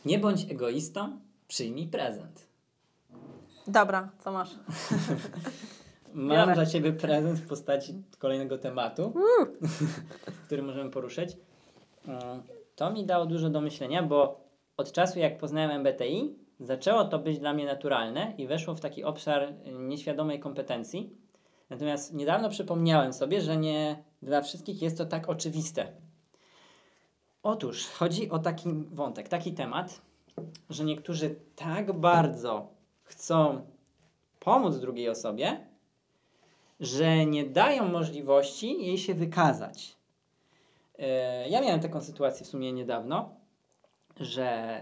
Nie bądź egoistą, przyjmij prezent. Dobra, co masz? Mam dla Ciebie prezent w postaci kolejnego tematu, który możemy poruszyć. To mi dało dużo do myślenia, bo od czasu jak poznałem MBTI, zaczęło to być dla mnie naturalne i weszło w taki obszar nieświadomej kompetencji. Natomiast niedawno przypomniałem sobie, że nie dla wszystkich jest to tak oczywiste. Otóż chodzi o taki wątek, taki temat, że niektórzy tak bardzo chcą pomóc drugiej osobie, że nie dają możliwości jej się wykazać. Ja miałem taką sytuację w sumie niedawno, że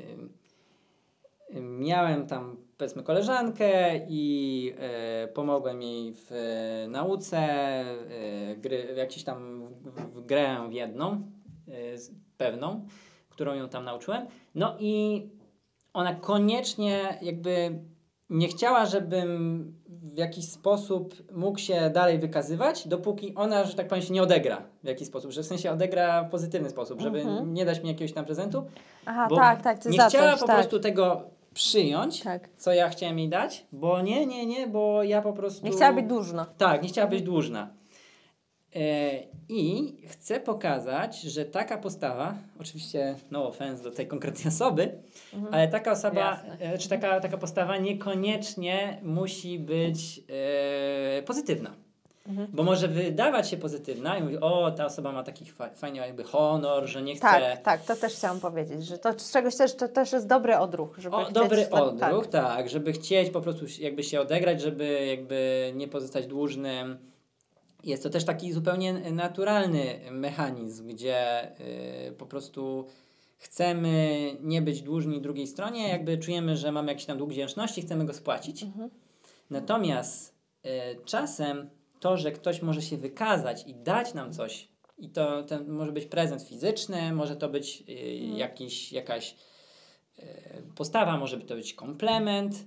miałem tam powiedzmy koleżankę i pomogłem jej w nauce, jakiś tam w grę w jedną, pewną, którą ją tam nauczyłem. No i ona koniecznie jakby nie chciała, żebym w jakiś sposób mógł się dalej wykazywać, dopóki ona, że tak powiem, się nie odegra w jakiś sposób, że w sensie odegra w pozytywny sposób, żeby nie dać mi jakiegoś tam prezentu. Aha, bo tak, nie chciała po prostu tego przyjąć, Tak. co ja chciałem jej dać, bo nie, bo ja po prostu... Nie chciała być dłużna. Tak, nie chciała być dłużna. I chcę pokazać, że taka postawa, oczywiście no offense do tej konkretnej osoby, ale taka osoba, czy taka postawa niekoniecznie musi być pozytywna. Bo może wydawać się pozytywna i mówić, o, ta osoba ma taki fajny jakby honor, że nie chce... Tak, to też chciałam powiedzieć, że to z czegoś też, to też jest dobry odruch. Żeby chcieć, dobry odruch, tak, żeby chcieć po prostu jakby się odegrać, żeby jakby nie pozostać dłużnym. Jest to też taki zupełnie naturalny mechanizm, gdzie po prostu chcemy nie być dłużni drugiej stronie, jakby czujemy, że mamy jakiś tam dług wdzięczności, chcemy go spłacić. Natomiast czasem to, że ktoś może się wykazać i dać nam coś, i to może być prezent fizyczny, może to być jakaś postawa, może to być komplement,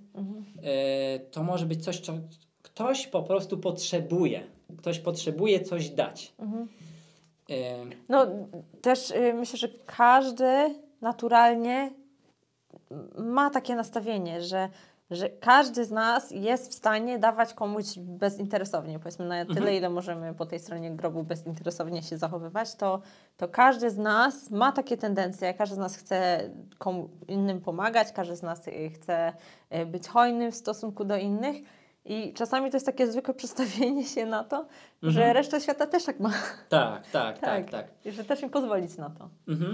to może być coś, co ktoś po prostu potrzebuje. Ktoś potrzebuje coś dać. No też myślę, że każdy naturalnie ma takie nastawienie, że każdy z nas jest w stanie dawać komuś bezinteresownie, powiedzmy na tyle, ile możemy po tej stronie grobu bezinteresownie się zachowywać, to każdy z nas ma takie tendencje, każdy z nas chce innym pomagać, każdy z nas chce być hojny w stosunku do innych i czasami to jest takie zwykłe przestawienie się na to, że reszta świata też tak ma. Tak. I że też im pozwolić na to.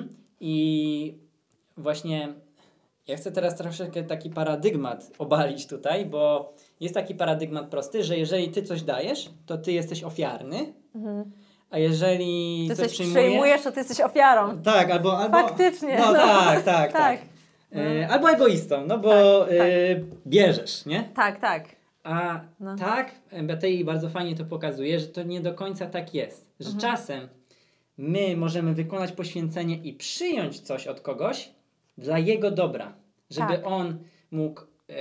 I właśnie ja chcę teraz troszeczkę taki paradygmat obalić tutaj, bo jest taki paradygmat prosty, że jeżeli ty coś dajesz, to ty jesteś ofiarny, a jeżeli ty coś przyjmujesz, to ty jesteś ofiarą. Tak, albo faktycznie. No tak. Albo egoistą, no bo bierzesz, nie? Tak. A tak, MBTI bardzo fajnie to pokazuje, że to nie do końca tak jest. Że czasem my możemy wykonać poświęcenie i przyjąć coś od kogoś dla jego dobra. Żeby on mógł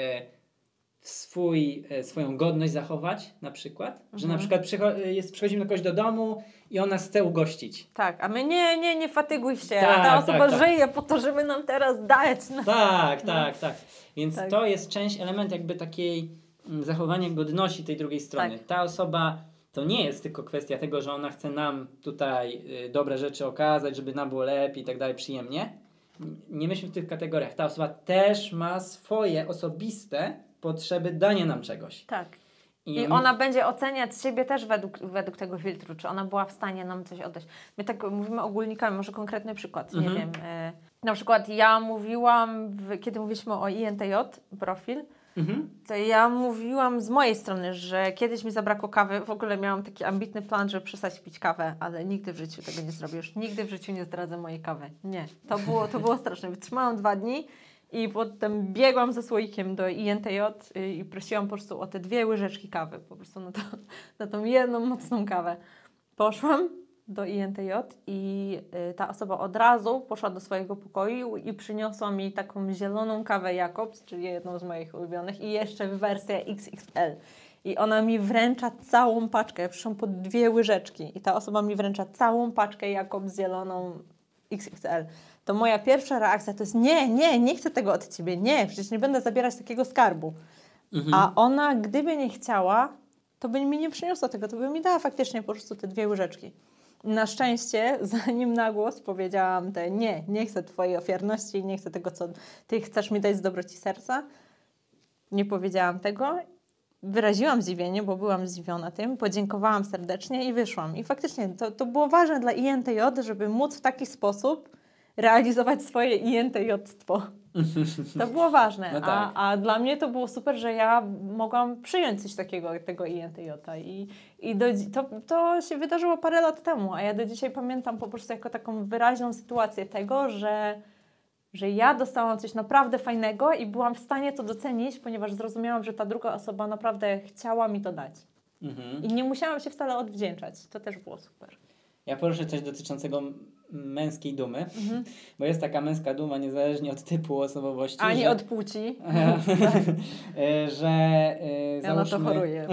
swoją godność zachować na przykład. Że na przykład przychodzimy do kogoś do domu i on nas chce ugościć. Tak, a my nie fatyguj się. Ta osoba żyje po to, żeby nam teraz dać. Tak. Więc to jest element jakby takiej zachowania godności tej drugiej strony. Ta osoba, to nie jest tylko kwestia tego, że ona chce nam tutaj dobre rzeczy okazać, żeby nam było lepiej i tak dalej, przyjemnie. Nie myślmy w tych kategoriach. Ta osoba też ma swoje osobiste potrzeby dania nam czegoś. Tak. I ona będzie oceniać siebie też według tego filtru, czy ona była w stanie nam coś oddać. My tak mówimy ogólnikami, może konkretny przykład, nie wiem. Na przykład ja mówiłam, kiedy mówiliśmy o INTJ profil, to ja mówiłam z mojej strony, że kiedyś mi zabrakło kawy, w ogóle miałam taki ambitny plan, żeby przestać pić kawę, ale nigdy w życiu tego nie zrobię, już nigdy w życiu nie zdradzę mojej kawy. Nie, to było straszne. Wytrzymałam 2 dni i potem biegłam ze słoikiem do INTJ i prosiłam po prostu o te 2 łyżeczki kawy, po prostu na tą jedną mocną kawę. Poszłam do INTJ i ta osoba od razu poszła do swojego pokoju i przyniosła mi taką zieloną kawę Jakobs, czyli jedną z moich ulubionych i jeszcze wersję XXL. I ona mi wręcza całą paczkę, ja przyszłam po 2 łyżeczki i ta osoba mi wręcza całą paczkę Jakobs zieloną XXL. to moja pierwsza reakcja to jest nie chcę tego od ciebie, nie, przecież nie będę zabierać takiego skarbu. A ona, gdyby nie chciała, to by mi nie przyniosła tego, to by mi dała faktycznie po prostu te 2 łyżeczki. Na szczęście, zanim na głos powiedziałam nie chcę twojej ofiarności, nie chcę tego, co ty chcesz mi dać z dobroci serca, nie powiedziałam tego, wyraziłam zdziwienie, bo byłam zdziwiona tym, podziękowałam serdecznie i wyszłam. I faktycznie to było ważne dla INTJ, żeby móc w taki sposób realizować swoje INTJ-stwo. To było ważne, No tak. a dla mnie to było super, że ja mogłam przyjąć coś takiego, tego INTJ-a i to się wydarzyło parę lat temu, a ja do dzisiaj pamiętam po prostu jako taką wyraźną sytuację tego, że ja dostałam coś naprawdę fajnego i byłam w stanie to docenić, ponieważ zrozumiałam, że ta druga osoba naprawdę chciała mi to dać. I nie musiałam się wcale odwdzięczać. To też było super. Ja poruszę coś dotyczącego męskiej dumy, bo jest taka męska duma niezależnie od typu osobowości. Ani od płci. Że ja na to choruję.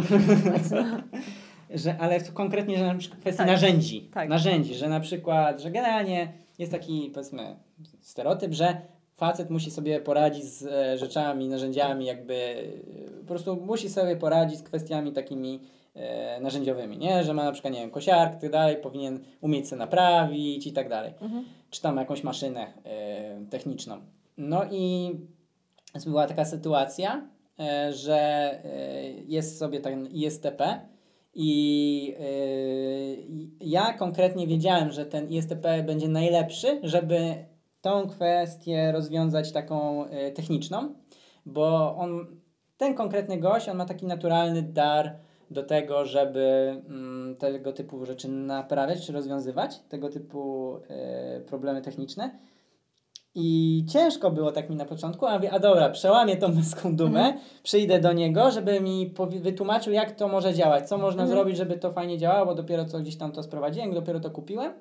Ale konkretnie, że na przykład kwestii narzędzi. Tak. Narzędzi, że na przykład, że generalnie jest taki, powiedzmy, stereotyp, że facet musi sobie poradzić z rzeczami, narzędziami, jakby po prostu musi sobie poradzić z kwestiami takimi narzędziowymi, nie? Że ma na przykład, nie wiem, kosiarkę i tak dalej, powinien umieć sobie naprawić i tak dalej. Czy tam jakąś maszynę techniczną. No i była taka sytuacja, że jest sobie ten ISTP i ja konkretnie wiedziałem, że ten ISTP będzie najlepszy, żeby tą kwestię rozwiązać taką techniczną, bo ten konkretny gość, on ma taki naturalny dar do tego, żeby tego typu rzeczy naprawiać czy rozwiązywać, tego typu problemy techniczne. I ciężko było tak mi na początku, a mówię, a dobra, przełamię tą męską dumę, przyjdę do niego, żeby mi wytłumaczył, jak to może działać, co można zrobić, żeby to fajnie działało, bo dopiero co gdzieś tam to sprowadziłem, dopiero to kupiłem.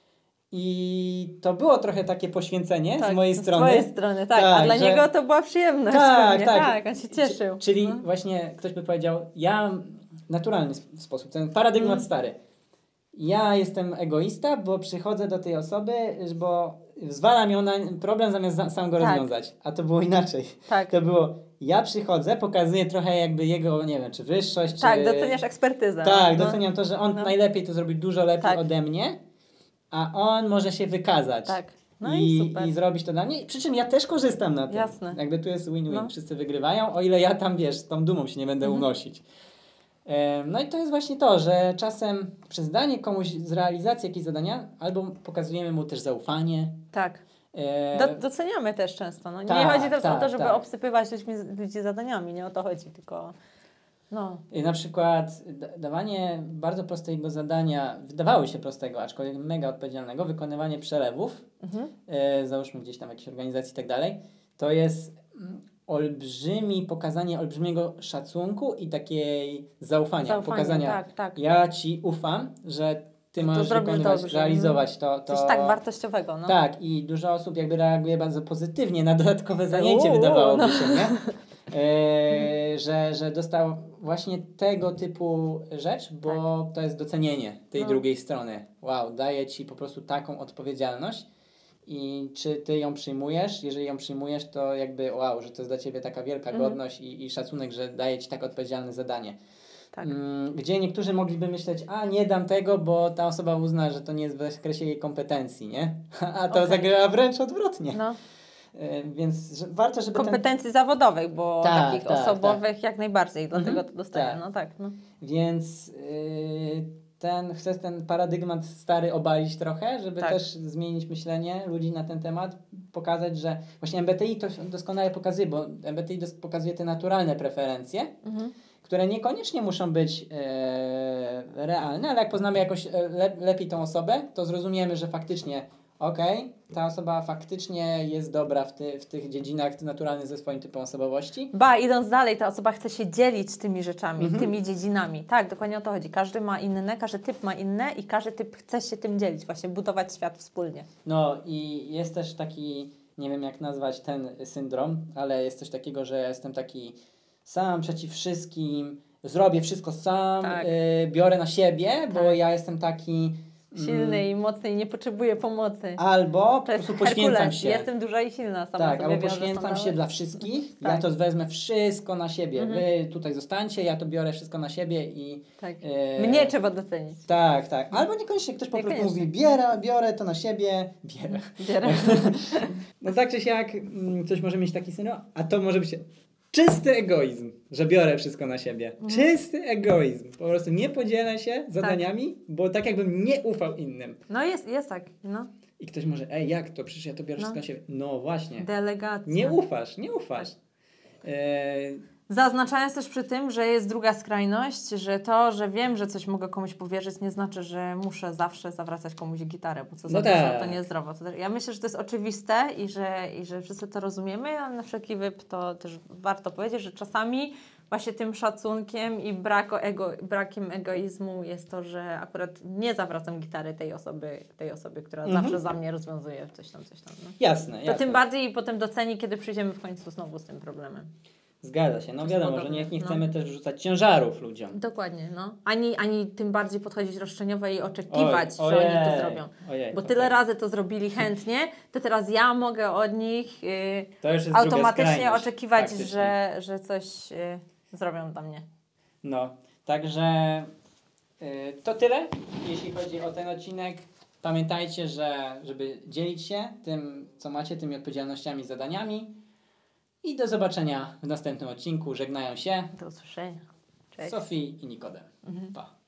I to było trochę takie poświęcenie z mojej strony. Z twojej strony, tak. A dla niego to była przyjemność. Tak, on się cieszył. Czyli właśnie ktoś by powiedział, ja naturalny sposób, ten paradygmat stary. Ja jestem egoista, bo przychodzę do tej osoby, bo zwalam ją na problem zamiast sam go rozwiązać. A to było inaczej. Tak. To było, ja przychodzę, pokazuję trochę jakby jego, nie wiem, czy wyższość, tak, doceniasz ekspertyzę. Tak, doceniam to, że on najlepiej to zrobi dużo lepiej ode mnie, a on może się wykazać. Tak. No i zrobić to dla mnie. Przy czym ja też korzystam na tym. Jasne. Jakby tu jest win-win. Wszyscy wygrywają, o ile ja tam, z tą dumą się nie będę unosić. No i to jest właśnie to, że czasem przez danie komuś z realizacji jakiegoś zadania albo pokazujemy mu też zaufanie. Tak. Doceniamy też często. No. Nie chodzi też o to, żeby obsypywać ludzi zadaniami. Nie o to chodzi, tylko... Na przykład dawanie bardzo prostego zadania, wydawało się prostego, aczkolwiek mega odpowiedzialnego, wykonywanie przelewów, załóżmy gdzieś tam w jakiejś organizacji i tak dalej, to jest pokazanie olbrzymiego szacunku i takiej zaufania pokazania, ja ci ufam, że ty możesz wykonywać, realizować to. Coś tak wartościowego. No. Tak, i dużo osób jakby reaguje bardzo pozytywnie na dodatkowe zajęcie, wydawałoby się, nie? Że dostał właśnie tego typu rzecz, bo to jest docenienie tej drugiej strony. Wow, daje ci po prostu taką odpowiedzialność i czy ty ją przyjmujesz? Jeżeli ją przyjmujesz, to jakby wow, że to jest dla ciebie taka wielka godność i szacunek, że daje ci tak odpowiedzialne zadanie. Tak. Gdzie niektórzy mogliby myśleć, nie dam tego, bo ta osoba uzna, że to nie jest w zakresie jej kompetencji, nie? A to zagrała wręcz odwrotnie. No. Więc warto, żeby kompetencji zawodowych, bo takich osobowych jak najbardziej, dlatego to dostaję. Więc chcę ten paradygmat stary obalić trochę, żeby też zmienić myślenie ludzi na ten temat, pokazać, że właśnie MBTI to doskonale pokazuje, bo MBTI pokazuje te naturalne preferencje, które niekoniecznie muszą być realne, ale jak poznamy jakoś lepiej tą osobę, to zrozumiemy, że faktycznie ta osoba faktycznie jest dobra w tych dziedzinach naturalnych ze swoim typem osobowości. Idąc dalej, ta osoba chce się dzielić tymi rzeczami, tymi dziedzinami. Tak, dokładnie o to chodzi. Każdy ma inne, każdy typ ma inne i każdy typ chce się tym dzielić, właśnie budować świat wspólnie. No i jest też taki, nie wiem jak nazwać ten syndrom, ale jest coś takiego, że jestem taki sam przeciw wszystkim, zrobię wszystko sam, biorę na siebie, bo ja jestem taki silny i mocny i nie potrzebuję pomocy. Albo po To jest prostu poświęcam Herkules. się. Jestem duża i silna. Sama Tak, sobie albo wiążę poświęcam sandały. się dla wszystkich, ja Tak. to wezmę wszystko na siebie. Wy tutaj zostańcie, ja to biorę wszystko na siebie i... Tak. Mnie trzeba docenić. Tak, tak. Albo niekoniecznie ktoś po prostu mówi, biorę to na siebie, Bierę. No tak czy siak, ktoś może mieć taki syndrom, a to może być czysty egoizm, że biorę wszystko na siebie. Czysty egoizm. Po prostu nie podzielę się zadaniami, bo tak jakbym nie ufał innym. No jest tak, no. I ktoś może, jak to? Przecież ja to biorę wszystko na siebie. No właśnie. Delegacja. Nie ufasz. Zaznaczając też przy tym, że jest druga skrajność, że to, że wiem, że coś mogę komuś powierzyć, nie znaczy, że muszę zawsze zawracać komuś gitarę, bo co za dużo, to niezdrowo. Ja myślę, że to jest oczywiste i że wszyscy to rozumiemy, ale na wszelki wyp to też warto powiedzieć, że czasami właśnie tym szacunkiem i brakiem egoizmu jest to, że akurat nie zawracam gitary tej osoby, która zawsze za mnie rozwiązuje coś tam. No. Jasne. To tym bardziej potem doceni, kiedy przyjdziemy w końcu znowu z tym problemem. Zgadza się. No wiadomo, że nie chcemy też wrzucać ciężarów ludziom. Dokładnie, no. Ani tym bardziej podchodzić roszczeniowo i oczekiwać, że oni to zrobią. Bo tyle razy to zrobili chętnie, to teraz ja mogę od nich automatycznie oczekiwać, że coś zrobią dla mnie. No, także to tyle, jeśli chodzi o ten odcinek. Pamiętajcie, żeby dzielić się tym, co macie, tymi odpowiedzialnościami, zadaniami. I do zobaczenia w następnym odcinku. Żegnają się Do usłyszenia. Cześć. Sofii i Nikodem. Pa.